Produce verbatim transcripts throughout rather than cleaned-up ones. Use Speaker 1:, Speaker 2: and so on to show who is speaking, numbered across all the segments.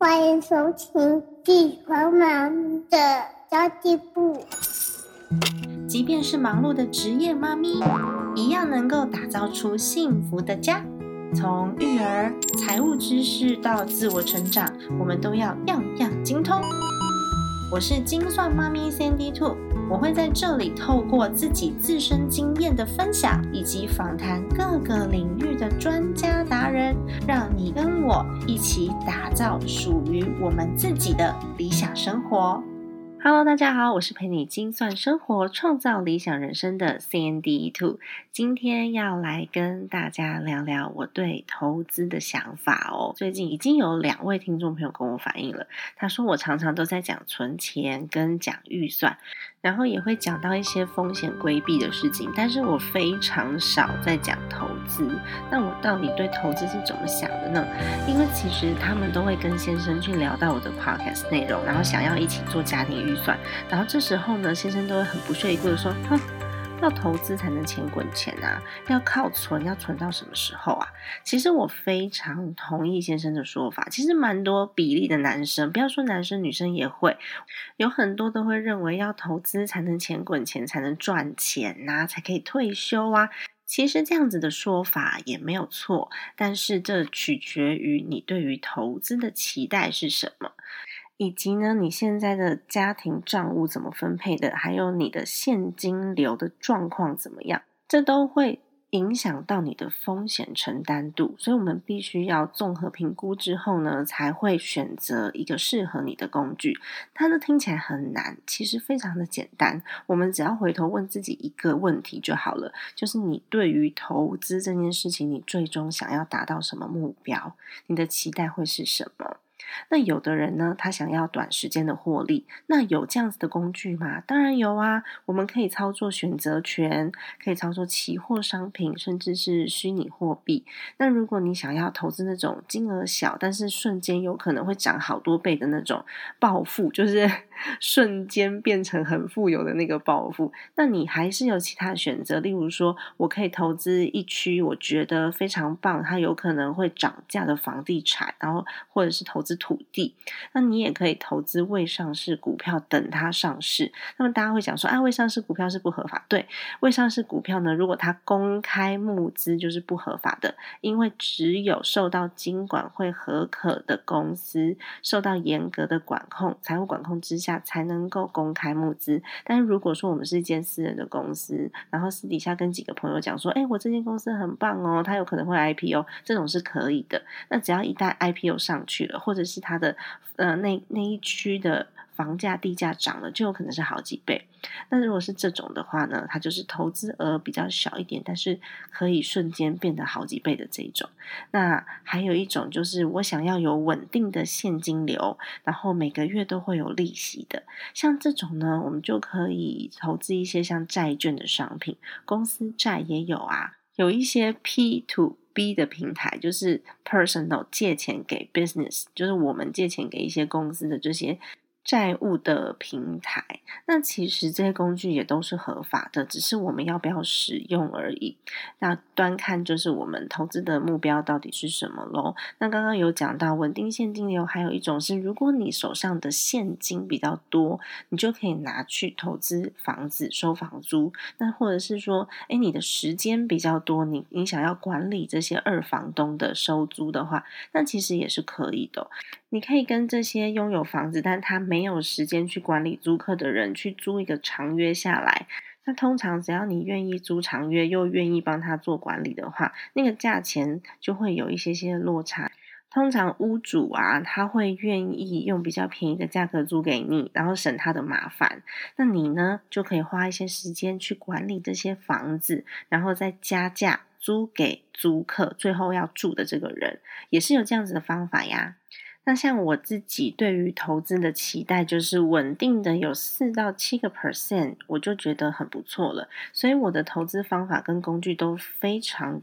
Speaker 1: 欢迎收听地球妈咪的交际部。
Speaker 2: 即便是忙碌的职业妈咪，一样能够打造出幸福的家。从育儿、财务知识到自我成长，我们都要样样精通。我是精算妈咪 Sandy Two， 我会在这里透过自己自身经验的分享，以及访谈各个领域的专家达人，让你跟我一起打造属于我们自己的理想生活。Hello， 大家好，我是陪你精算生活、创造理想人生的 Sandy Two。今天要来跟大家聊聊我对投资的想法哦。最近已经有两位听众朋友跟我反映了，他说我常常都在讲存钱跟讲预算，然后也会讲到一些风险规避的事情，但是我非常少在讲投资。那我到底对投资是怎么想的呢？因为其实他们都会跟先生去聊到我的 podcast 内容，然后想要一起做家庭预算，然后这时候呢，先生都会很不屑一顾的说，哼，要投资才能钱滚钱啊，要靠存，要存到什么时候啊？其实我非常同意先生的说法，其实蛮多比例的男生，不要说男生，女生也会有很多都会认为要投资才能钱滚钱，才能赚钱啊，才可以退休啊。其实这样子的说法也没有错，但是这取决于你对于投资的期待是什么，以及呢你现在的家庭账务怎么分配的，还有你的现金流的状况怎么样，这都会影响到你的风险承担度，所以我们必须要综合评估之后呢，才会选择一个适合你的工具。它呢听起来很难，其实非常的简单，我们只要回头问自己一个问题就好了，就是你对于投资这件事情，你最终想要达到什么目标？你的期待会是什么？那有的人呢，他想要短时间的获利，那有这样子的工具吗？当然有啊，我们可以操作选择权，可以操作期货商品，甚至是虚拟货币。那如果你想要投资那种金额小，但是瞬间有可能会涨好多倍的那种暴富，就是瞬间变成很富有的那个暴富，那你还是有其他的选择，例如说我可以投资一区我觉得非常棒，它有可能会涨价的房地产，然后或者是投资土地，那你也可以投资未上市股票等它上市。那么大家会讲说啊，未上市股票是不合法，对，未上市股票呢，如果它公开募资就是不合法的，因为只有受到金管会核可的公司，受到严格的管控，财务管控之下才能够公开募资。但是如果说我们是一间私人的公司，然后私底下跟几个朋友讲说，哎，我这间公司很棒哦，它有可能会 I P O， 这种是可以的。那只要一旦 I P O 上去了，或者是它的呃那那一区的房价地价涨了，就有可能是好几倍。那如果是这种的话呢，它就是投资额比较小一点，但是可以瞬间变得好几倍的这一种。那还有一种就是我想要有稳定的现金流，然后每个月都会有利息的，像这种呢，我们就可以投资一些像债券的商品，公司债也有啊，有一些 P to B 的平台，就是 personal 借钱给 business， 就是我们借钱给一些公司的这些债务的平台，那其实这些工具也都是合法的，只是我们要不要使用而已。那端看就是我们投资的目标到底是什么咯。那刚刚有讲到稳定现金流，还有一种是如果你手上的现金比较多，你就可以拿去投资房子收房租。那或者是说诶你的时间比较多，你你想要管理这些二房东的收租的话，那其实也是可以的。你可以跟这些拥有房子但他没有时间去管理租客的人去租一个长约下来，那通常只要你愿意租长约又愿意帮他做管理的话，那个价钱就会有一些些落差。通常屋主啊，他会愿意用比较便宜的价格租给你，然后省他的麻烦。那你呢，就可以花一些时间去管理这些房子，然后再加价租给租客，最后要住的这个人，也是有这样子的方法呀。那像我自己对于投资的期待就是稳定的有四到七个 percent， 我就觉得很不错了。所以我的投资方法跟工具都非常的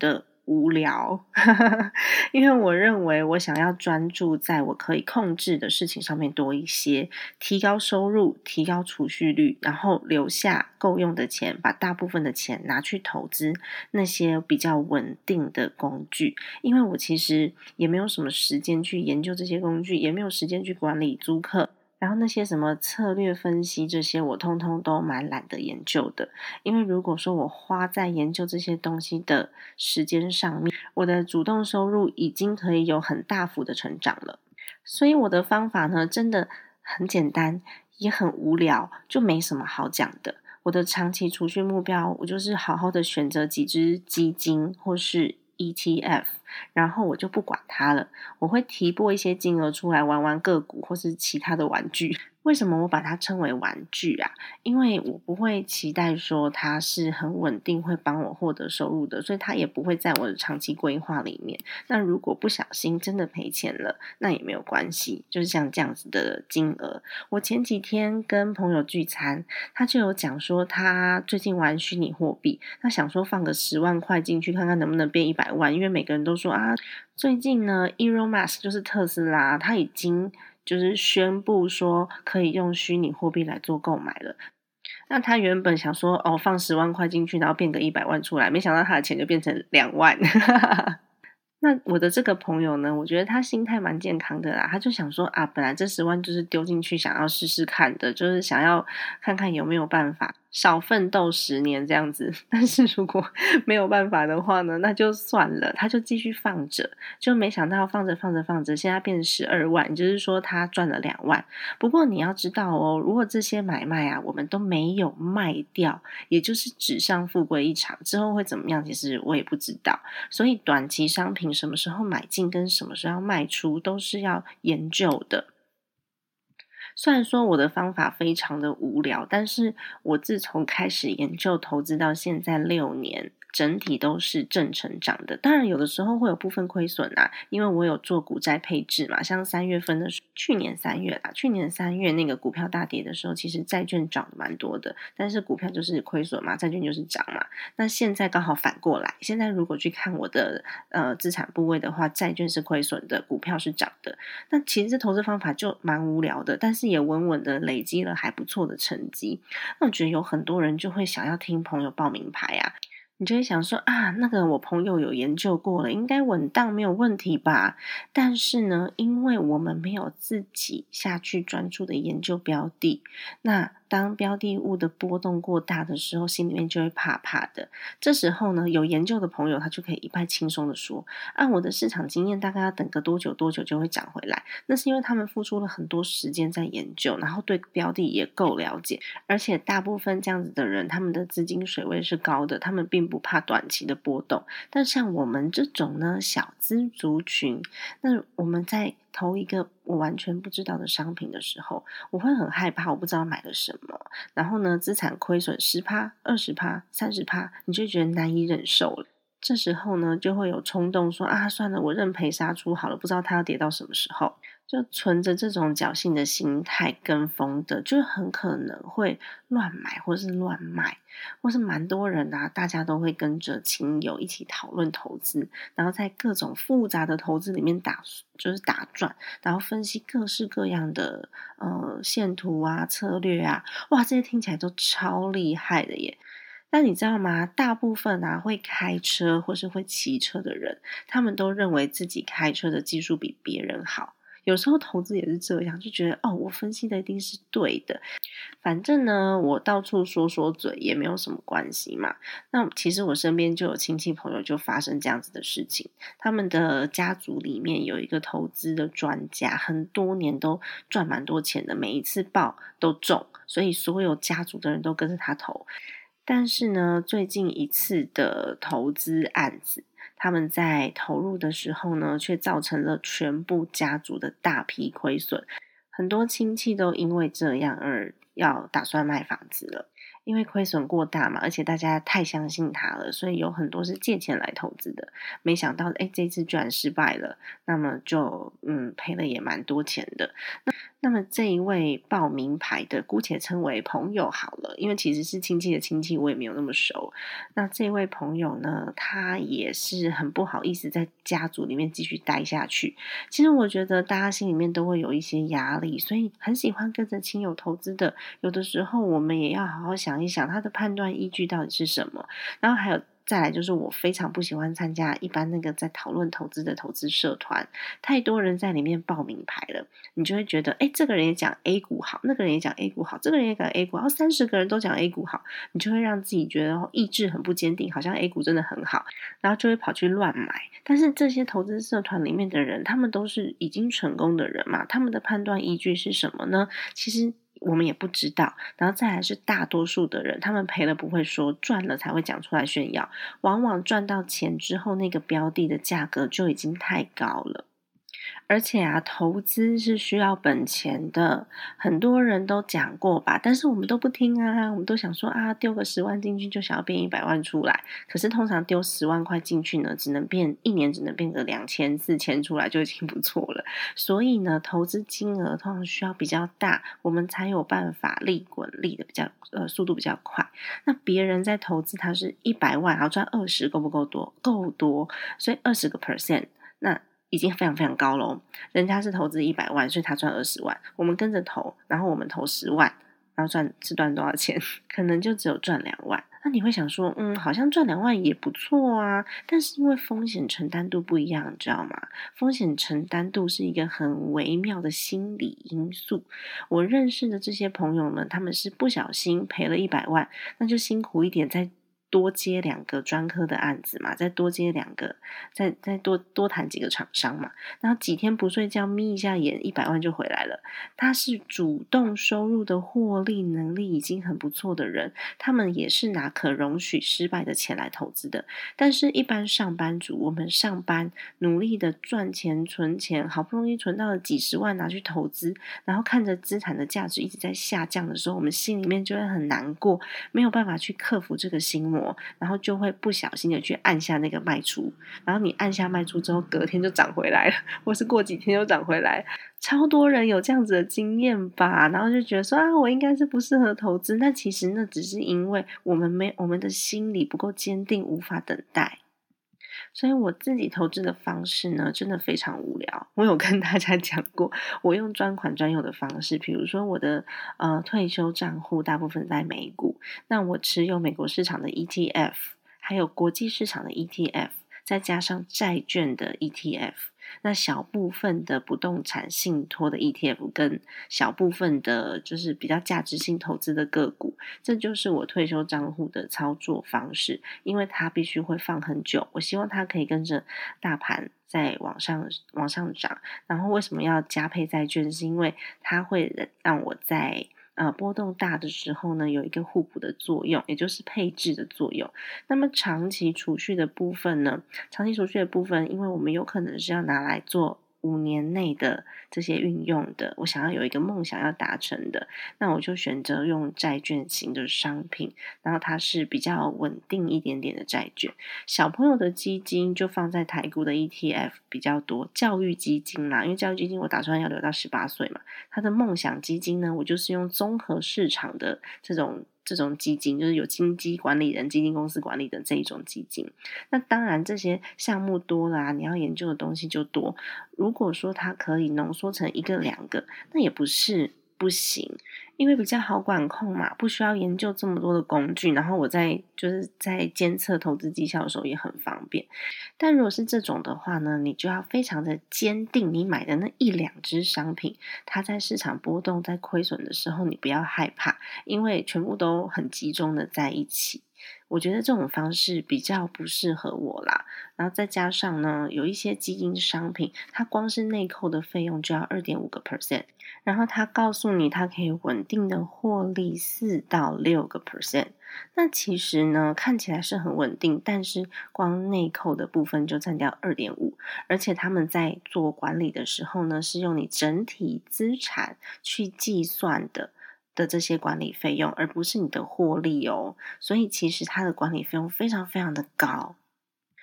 Speaker 2: 无聊因为我认为我想要专注在我可以控制的事情上面多一些，提高收入，提高储蓄率，然后留下够用的钱，把大部分的钱拿去投资那些比较稳定的工具。因为我其实也没有什么时间去研究这些工具，也没有时间去管理租客，然后那些什么策略分析这些我通通都蛮懒得研究的。因为如果说我花在研究这些东西的时间上面，我的主动收入已经可以有很大幅的成长了。所以我的方法呢真的很简单，也很无聊，就没什么好讲的。我的长期储蓄目标，我就是好好的选择几只基金或是E T F， 然后我就不管它了，我会提拨一些金额出来玩玩个股或是其他的玩具。为什么我把它称为玩具啊？因为我不会期待说它是很稳定会帮我获得收入的，所以它也不会在我的长期规划里面。那如果不小心真的赔钱了，那也没有关系，就是像这样子的金额。我前几天跟朋友聚餐，他就有讲说他最近玩虚拟货币，他想说放个十万块进去看看能不能变一百万，因为每个人都说啊，最近呢 Elon Musk 就是特斯拉，他已经就是宣布说可以用虚拟货币来做购买了。那他原本想说哦，放十万块进去，然后变个一百万出来，没想到他的钱就变成两万。那我的这个朋友呢，我觉得他心态蛮健康的啦，他就想说啊，本来这十万就是丢进去想要试试看的，就是想要看看有没有办法少奋斗十年这样子。但是如果没有办法的话呢，那就算了，他就继续放着，就没想到放着放着放着，现在变成十二万，就是说他赚了两万。不过你要知道哦，如果这些买卖啊，我们都没有卖掉，也就是纸上富贵一场，之后会怎么样，其实我也不知道。所以短期商品什么时候买进跟什么时候要卖出都是要研究的。虽然说我的方法非常的无聊，但是我自从开始研究投资到现在六年，整体都是正成长的。当然有的时候会有部分亏损啊，因为我有做股债配置嘛，像三月份的去年三月啦，去年三月那个股票大跌的时候，其实债券涨蛮多的，但是股票就是亏损嘛，债券就是涨嘛。那现在刚好反过来，现在如果去看我的呃资产部位的话，债券是亏损的，股票是涨的。那其实这投资方法就蛮无聊的，但是也稳稳的累积了还不错的成绩。那我觉得有很多人就会想要听朋友报名牌啊，你就会想说啊，那个我朋友有研究过了，应该稳当没有问题吧？但是呢，因为我们没有自己下去专注的研究标的，那当标的物的波动过大的时候，心里面就会怕怕的。这时候呢，有研究的朋友他就可以一派轻松的说，按我的市场经验，大概要等个多久多久就会涨回来。那是因为他们付出了很多时间在研究，然后对标的也够了解，而且大部分这样子的人，他们的资金水位是高的，他们并不怕短期的波动。但像我们这种呢，小资族群，那我们在投一个我完全不知道的商品的时候，我会很害怕，我不知道买了什么，然后呢，资产亏损 百分之十、二十%、三十%，你就觉得难以忍受了。这时候呢，就会有冲动说啊，算了，我认赔杀出好了，不知道它要跌到什么时候。就存着这种侥幸的心态跟风的，就很可能会乱买或是乱卖，或是蛮多人啊，大家都会跟着亲友一起讨论投资，然后在各种复杂的投资里面打就是打转，然后分析各式各样的呃线图啊策略啊，哇，这些听起来都超厉害的耶。但你知道吗？大部分啊会开车或是会骑车的人，他们都认为自己开车的技术比别人好。有时候投资也是这样，就觉得哦，我分析的一定是对的，反正呢，我到处说说嘴也没有什么关系嘛。那其实我身边就有亲戚朋友就发生这样子的事情，他们的家族里面有一个投资的专家，很多年都赚蛮多钱的，每一次报都中，所以所有家族的人都跟着他投。但是呢，最近一次的投资案子，他们在投入的时候呢，却造成了全部家族的大批亏损。很多亲戚都因为这样而要打算卖房子了，因为亏损过大嘛，而且大家太相信他了，所以有很多是借钱来投资的。没想到，哎，这次居然失败了，那么就嗯赔了也蛮多钱的。那那么这一位报名牌的姑且称为朋友好了，因为其实是亲戚的亲戚，我也没有那么熟。那这位朋友呢，他也是很不好意思在家族里面继续待下去。其实我觉得大家心里面都会有一些压力，所以很喜欢跟着亲友投资的，有的时候我们也要好好想一想他的判断依据到底是什么。然后还有再来就是我非常不喜欢参加一般那个在讨论投资的投资社团，太多人在里面报名牌了，你就会觉得诶这个人也讲 A 股好，那个人也讲 A 股好，这个人也讲 A 股好，三十个人都讲 A 股好，你就会让自己觉得意志很不坚定，好像 A 股真的很好，然后就会跑去乱买。但是这些投资社团里面的人，他们都是已经成功的人嘛，他们的判断依据是什么呢？其实我们也不知道。然后再来是大多数的人，他们赔了不会说，赚了才会讲出来炫耀，往往赚到钱之后，那个标的的价格就已经太高了。而且啊，投资是需要本钱的，很多人都讲过吧，但是我们都不听啊，我们都想说啊，丢个十万进去就想要变一百万出来，可是通常丢十万块进去呢，只能变一年只能变个两千四千出来就已经不错了。所以呢，投资金额通常需要比较大，我们才有办法利滚利的比较呃速度比较快。那别人在投资他是一百万，然后赚二十，够不够多？够多，所以二十个 percent， 那已经非常非常高咯。人家是投资一百万，所以他赚二十万，我们跟着投，然后我们投十万，然后赚是赚多少钱？可能就只有赚两万。那你会想说，嗯，好像赚两万也不错啊，但是因为风险承担度不一样，你知道吗？风险承担度是一个很微妙的心理因素。我认识的这些朋友们，他们是不小心赔了一百万，那就辛苦一点，再多接两个专科的案子嘛，再多接两个，再再多多谈几个厂商嘛，然后几天不睡觉眯一下眼，一百万就回来了。他是主动收入的获利能力已经很不错的人，他们也是拿可容许失败的钱来投资的。但是一般上班族，我们上班努力的赚钱存钱，好不容易存到了几十万拿去投资，然后看着资产的价值一直在下降的时候，我们心里面就会很难过，没有办法去克服这个心魔，然后就会不小心的去按下那个卖出，然后你按下卖出之后隔天就涨回来了，或是过几天就涨回来。超多人有这样子的经验吧，然后就觉得说啊，我应该是不适合投资，但其实那只是因为我们没我们的心理不够坚定，无法等待。所以我自己投资的方式呢，真的非常无聊。我有跟大家讲过，我用专款专用的方式，比如说我的呃退休账户大部分在美股，那我持有美国市场的 E T F， 还有国际市场的 E T F， 再加上债券的 E T F， 那小部分的不动产信托的 E T F 跟小部分的就是比较价值性投资的个股，这就是我退休账户的操作方式。因为它必须会放很久，我希望它可以跟着大盘在往上往上涨。然后为什么要加配债券，是因为它会让我在呃，波动大的时候呢，有一个互补的作用，也就是配置的作用。那么长期储蓄的部分呢，长期储蓄的部分，因为我们有可能是要拿来做五年内的这些运用的，我想要有一个梦想要达成的，那我就选择用债券型的商品，然后它是比较稳定一点点的债券。小朋友的基金就放在台股的 E T F 比较多，教育基金啦，因为教育基金我打算要留到十八岁嘛，他的梦想基金呢，我就是用综合市场的这种这种基金，就是有金基管理人、基金公司管理的这一种基金。那当然这些项目多了啊，你要研究的东西就多。如果说它可以浓缩成一个两个，那也不是不行，因为比较好管控嘛，不需要研究这么多的工具，然后我在就是在监测投资绩效的时候也很方便。但如果是这种的话呢，你就要非常的坚定，你买的那一两只商品，它在市场波动在亏损的时候，你不要害怕，因为全部都很集中的在一起。我觉得这种方式比较不适合我啦，然后再加上呢，有一些基金商品，它光是内扣的费用就要 二点五个 percent， 然后它告诉你它可以稳定的获利四到六个 percent， 那其实呢看起来是很稳定，但是光内扣的部分就占掉 二点五， 而且他们在做管理的时候呢，是用你整体资产去计算的的这些管理费用，而不是你的获利哦，所以其实它的管理费用非常非常的高。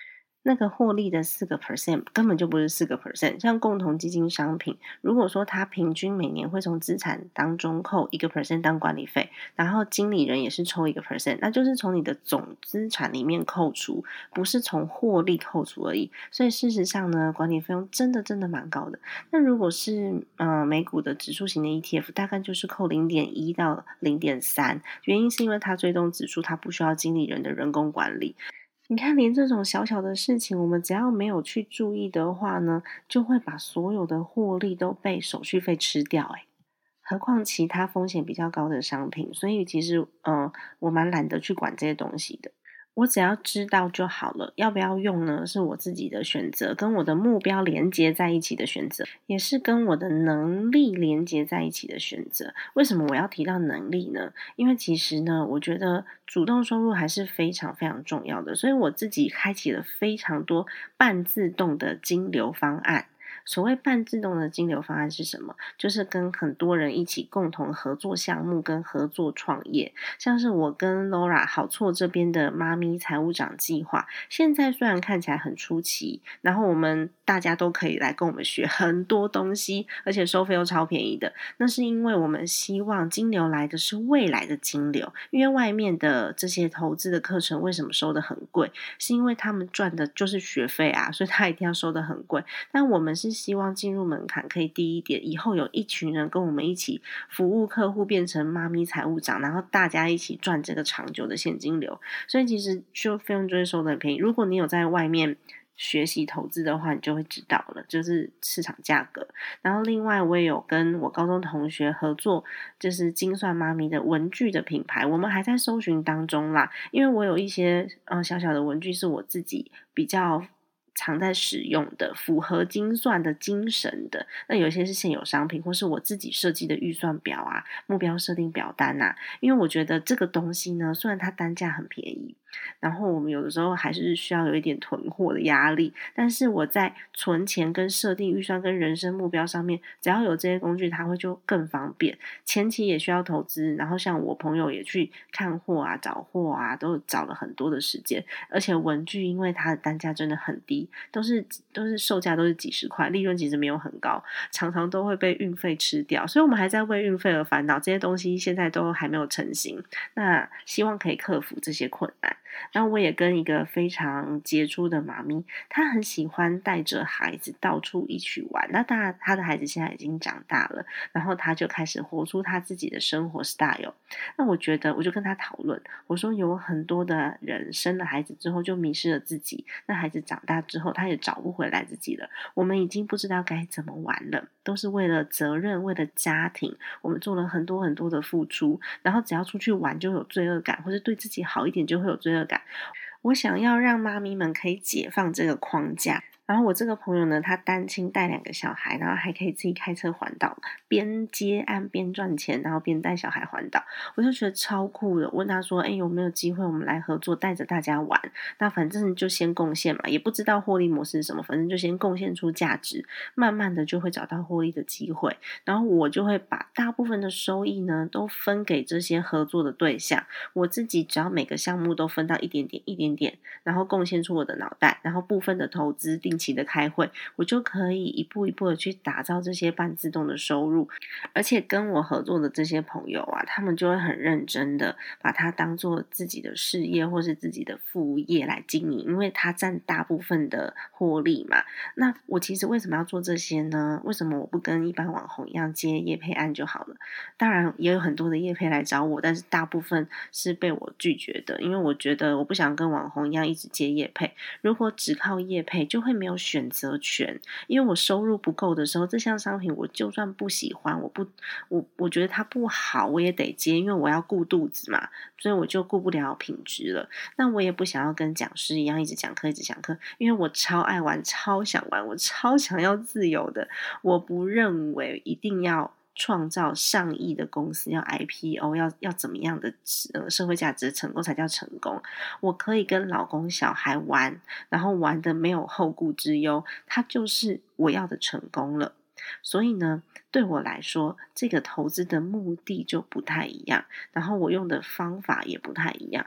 Speaker 2: 那个获利的四个 percent 根本就不是四个 percent。像共同基金商品，如果说它平均每年会从资产当中扣一个 percent 当管理费，然后经理人也是抽一个 percent， 那就是从你的总资产里面扣除，不是从获利扣除而已。所以事实上呢，管理费用真的真的蛮高的。那如果是呃美股的指数型的 E T F， 大概就是扣 零点一 到 零点三， 原因是因为它追踪指数，它不需要经理人的人工管理。你看，连这种小小的事情，我们只要没有去注意的话呢，就会把所有的获利都被手续费吃掉诶。何况其他风险比较高的商品，所以其实呃我蛮懒得去管这些东西的。我只要知道就好了，要不要用呢？是我自己的选择，跟我的目标连接在一起的选择，也是跟我的能力连接在一起的选择。为什么我要提到能力呢？因为其实呢，我觉得主动收入还是非常非常重要的，所以我自己开启了非常多半自动的金流方案。所谓半自动的金流方案是什么？就是跟很多人一起共同合作项目跟合作创业，像是我跟 Laura 好错这边的妈咪财务长计划，现在虽然看起来很出奇，然后我们大家都可以来跟我们学很多东西，而且收费又超便宜的，那是因为我们希望金流来的是未来的金流，因为外面的这些投资的课程为什么收得很贵，是因为他们赚的就是学费啊，所以他一定要收得很贵。但我们是希望进入门槛可以低一点，以后有一群人跟我们一起服务客户，变成妈咪财务长，然后大家一起赚这个长久的现金流，所以其实就费用就会收得很便宜。如果你有在外面学习投资的话，你就会知道了，就是市场价格。然后另外我也有跟我高中同学合作，就是精算妈咪的文具的品牌，我们还在搜寻当中啦，因为我有一些呃小小的文具是我自己比较常在使用的，符合精算的精神的，那有些是现有商品，或是我自己设计的预算表啊、目标设定表单啊，因为我觉得这个东西呢，虽然它单价很便宜，然后我们有的时候还是需要有一点囤货的压力，但是我在存钱跟设定预算跟人生目标上面，只要有这些工具，它会就更方便。前期也需要投资，然后像我朋友也去看货啊、找货啊，都找了很多的时间，而且文具因为它的单价真的很低，都是都是售价都是几十块，利润其实没有很高，常常都会被运费吃掉，所以我们还在为运费而烦恼，这些东西现在都还没有成型，那希望可以克服这些困难。然后我也跟一个非常杰出的妈咪，她很喜欢带着孩子到处一起玩，那当然她的孩子现在已经长大了，然后她就开始活出她自己的生活 style。 那我觉得我就跟她讨论，我说有很多的人生了孩子之后就迷失了自己，那孩子长大之后他也找不回来自己了，我们已经不知道该怎么玩了，都是为了责任，为了家庭，我们做了很多很多的付出，然后只要出去玩就有罪恶感，或是对自己好一点就会有罪恶感。我想要让妈咪们可以解放这个框架。然后我这个朋友呢，他单亲带两个小孩，然后还可以自己开车环岛，边接案边赚钱，然后边带小孩环岛，我就觉得超酷的。我问他说，哎，有没有机会我们来合作，带着大家玩？那反正就先贡献嘛，也不知道获利模式是什么，反正就先贡献出价值，慢慢的就会找到获利的机会。然后我就会把大部分的收益呢，都分给这些合作的对象，我自己只要每个项目都分到一点点一点点，然后贡献出我的脑袋，然后部分的投资定期的开会，我就可以一步一步的去打造这些半自动的收入。而且跟我合作的这些朋友啊，他们就会很认真的把它当做自己的事业或是自己的副业来经营，因为它占大部分的获利嘛。那我其实为什么要做这些呢？为什么我不跟一般网红一样接业配案就好了？当然也有很多的业配来找我，但是大部分是被我拒绝的，因为我觉得我不想跟网红一样一直接业配，如果只靠业配就会没有选择权，因为我收入不够的时候，这项商品我就算不喜欢，我不我我觉得它不好，我也得接，因为我要顾肚子嘛，所以我就顾不了品质了。那我也不想要跟讲师一样一直讲课一直讲课，因为我超爱玩，超想玩，我超想要自由的。我不认为一定要创造上亿的公司，要 I P O， 要要怎么样的呃社会价值成功才叫成功。我可以跟老公小孩玩，然后玩的没有后顾之忧，它就是我要的成功了。所以呢，对我来说，这个投资的目的就不太一样，然后我用的方法也不太一样。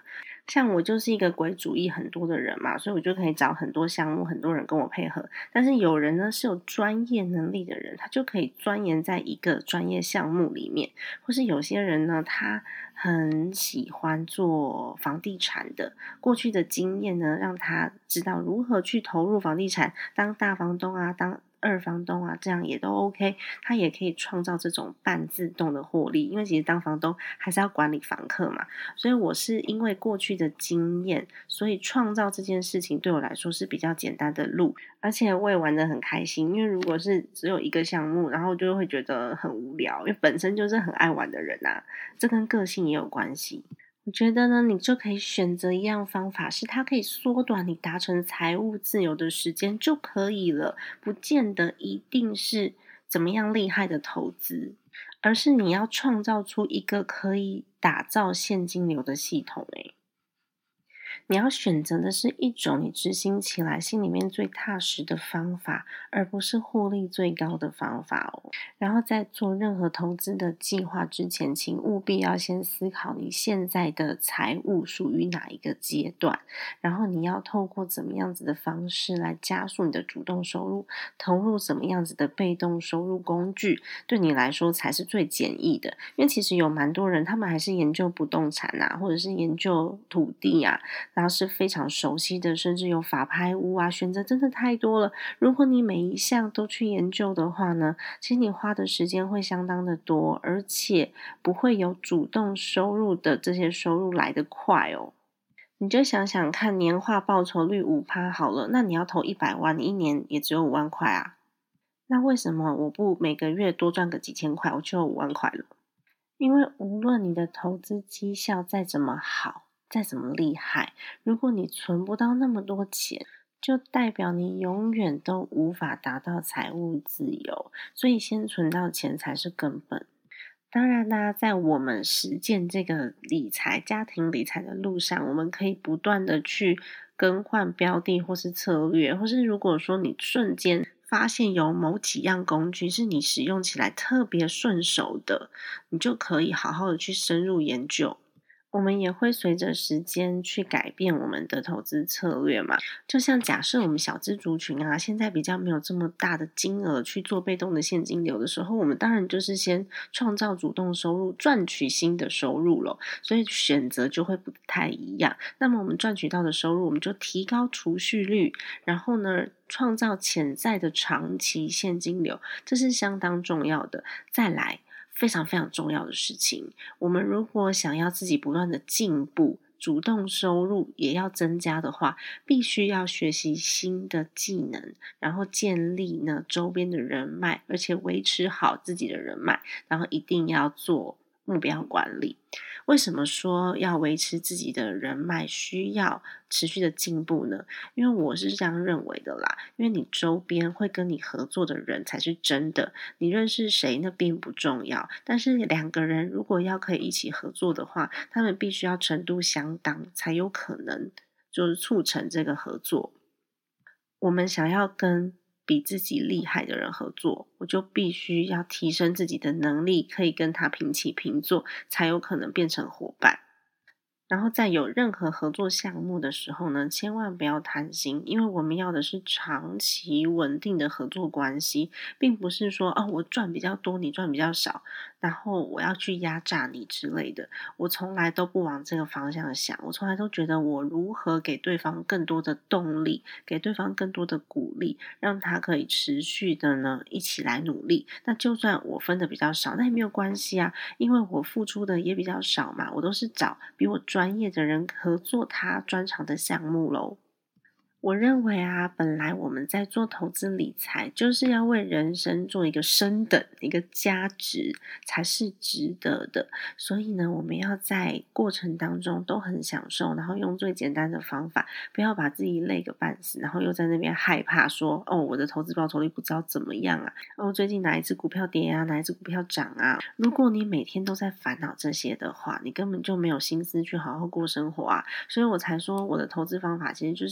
Speaker 2: 像我就是一个鬼主意很多的人嘛，所以我就可以找很多项目，很多人跟我配合。但是有人呢是有专业能力的人，他就可以钻研在一个专业项目里面，或是有些人呢，他很喜欢做房地产的，过去的经验呢，让他知道如何去投入房地产，当大房东啊，当二房东啊，这样也都 OK， 他也可以创造这种半自动的获利，因为其实当房东还是要管理房客嘛，所以我是因为过去的经验，所以创造这件事情对我来说是比较简单的路，而且我也玩得很开心，因为如果是只有一个项目，然后就会觉得很无聊，因为本身就是很爱玩的人啊，这跟个性也有关系。我觉得呢，你就可以选择一样方法，是它可以缩短你达成财务自由的时间就可以了，不见得一定是怎么样厉害的投资，而是你要创造出一个可以打造现金流的系统诶。你要选择的是一种你执行起来心里面最踏实的方法，而不是获利最高的方法哦。然后在做任何投资的计划之前，请务必要先思考你现在的财务属于哪一个阶段，然后你要透过怎么样子的方式来加速你的主动收入，投入什么样子的被动收入工具，对你来说才是最简易的。因为其实有蛮多人，他们还是研究不动产啊，或者是研究土地啊，然后是非常熟悉的，甚至有法拍屋啊，选择真的太多了。如果你每一项都去研究的话呢，其实你花的时间会相当的多，而且不会有主动收入的这些收入来得快哦。你就想想看，年化报酬率 百分之五 好了，那你要投一百万，你一年也只有五万块啊。那为什么我不每个月多赚个几千块，我就有五万块了？因为无论你的投资绩效再怎么好，再怎么厉害，如果你存不到那么多钱，就代表你永远都无法达到财务自由，所以先存到钱才是根本。当然啦，在我们实践这个理财、家庭理财的路上，我们可以不断的去更换标的或是策略，或是如果说你瞬间发现有某几样工具是你使用起来特别顺手的，你就可以好好的去深入研究。我们也会随着时间去改变我们的投资策略嘛，就像假设我们小资族群啊，现在比较没有这么大的金额去做被动的现金流的时候，我们当然就是先创造主动收入，赚取新的收入咯，所以选择就会不太一样。那么我们赚取到的收入，我们就提高储蓄率，然后呢，创造潜在的长期现金流，这是相当重要的。再来，非常非常重要的事情，我们如果想要自己不断的进步，主动收入也要增加的话，必须要学习新的技能，然后建立呢周边的人脉，而且维持好自己的人脉，然后一定要做目标管理。为什么说要维持自己的人脉需要持续的进步呢？因为我是这样认为的啦，因为你周边会跟你合作的人才是真的，你认识谁那并不重要，但是两个人如果要可以一起合作的话，他们必须要程度相当，才有可能就是促成这个合作。我们想要跟比自己厉害的人合作，我就必须要提升自己的能力，可以跟他平起平坐，才有可能变成伙伴。然后在有任何合作项目的时候呢，千万不要贪心，因为我们要的是长期稳定的合作关系，并不是说哦，我赚比较多，你赚比较少，然后我要去压榨你之类的。我从来都不往这个方向想，我从来都觉得我如何给对方更多的动力，给对方更多的鼓励，让他可以持续的呢一起来努力。那就算我分的比较少，那也没有关系啊，因为我付出的也比较少嘛，我都是找比我专业的人合作他专长的项目咯。我认为啊，本来我们在做投资理财，就是要为人生做一个升等、一个加值，才是值得的。所以呢，我们要在过程当中都很享受，然后用最简单的方法，不要把自己累个半死，然后又在那边害怕说，哦，我的投资报酬率不知道怎么样啊，哦，最近哪一只股票跌啊，哪一只股票涨啊。如果你每天都在烦恼这些的话，你根本就没有心思去好好过生活啊。所以我才说，我的投资方法其实就是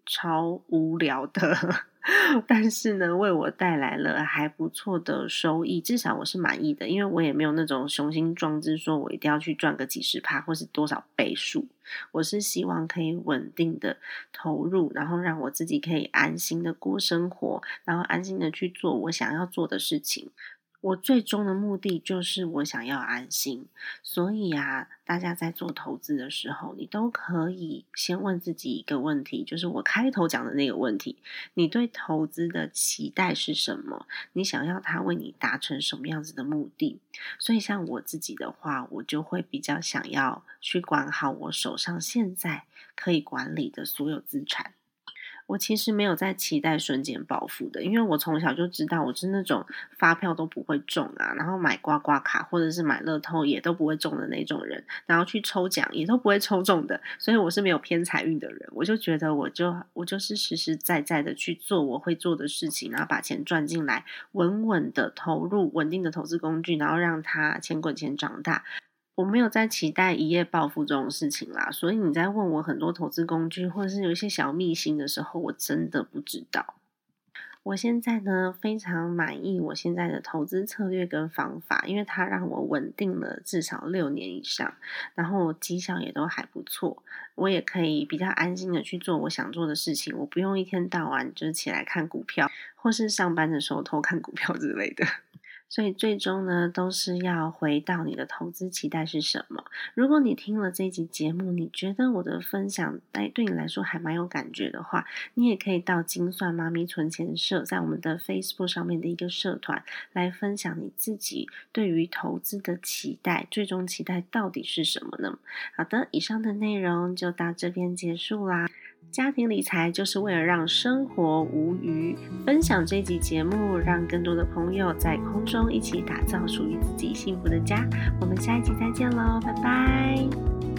Speaker 2: 超无聊的但是呢为我带来了还不错的收益，至少我是满意的，因为我也没有那种雄心壮志说我一定要去赚个几十趴或是多少倍数，我是希望可以稳定的投入，然后让我自己可以安心的过生活，然后安心的去做我想要做的事情。我最终的目的就是我想要安心，所以啊，大家在做投资的时候，你都可以先问自己一个问题，就是我开头讲的那个问题，你对投资的期待是什么？你想要它为你达成什么样子的目的？所以像我自己的话，我就会比较想要去管好我手上现在可以管理的所有资产。我其实没有在期待瞬间暴富的，因为我从小就知道我是那种发票都不会中啊，然后买刮刮卡或者是买乐透也都不会中的那种人，然后去抽奖也都不会抽中的，所以我是没有偏财运的人。我就觉得我就我就是实实在在的去做我会做的事情，然后把钱赚进来，稳稳的投入稳定的投资工具，然后让它钱滚钱长大。我没有在期待一夜暴富这种事情啦，所以你在问我很多投资工具或者是有一些小秘辛的时候，我真的不知道。我现在呢非常满意我现在的投资策略跟方法，因为它让我稳定了至少六年以上，然后绩效也都还不错，我也可以比较安心的去做我想做的事情，我不用一天到晚就是起来看股票，或是上班的时候偷看股票之类的。所以最终呢都是要回到你的投资期待是什么。如果你听了这一集节目，你觉得我的分享对你来说还蛮有感觉的话，你也可以到精算妈咪存钱社，在我们的 Facebook 上面的一个社团来分享你自己对于投资的期待，最终期待到底是什么呢？好的，以上的内容就到这边结束啦。家庭理财就是为了让生活无虞，分享这集节目，让更多的朋友在空中一起打造属于自己幸福的家。我们下一集再见咯，拜拜。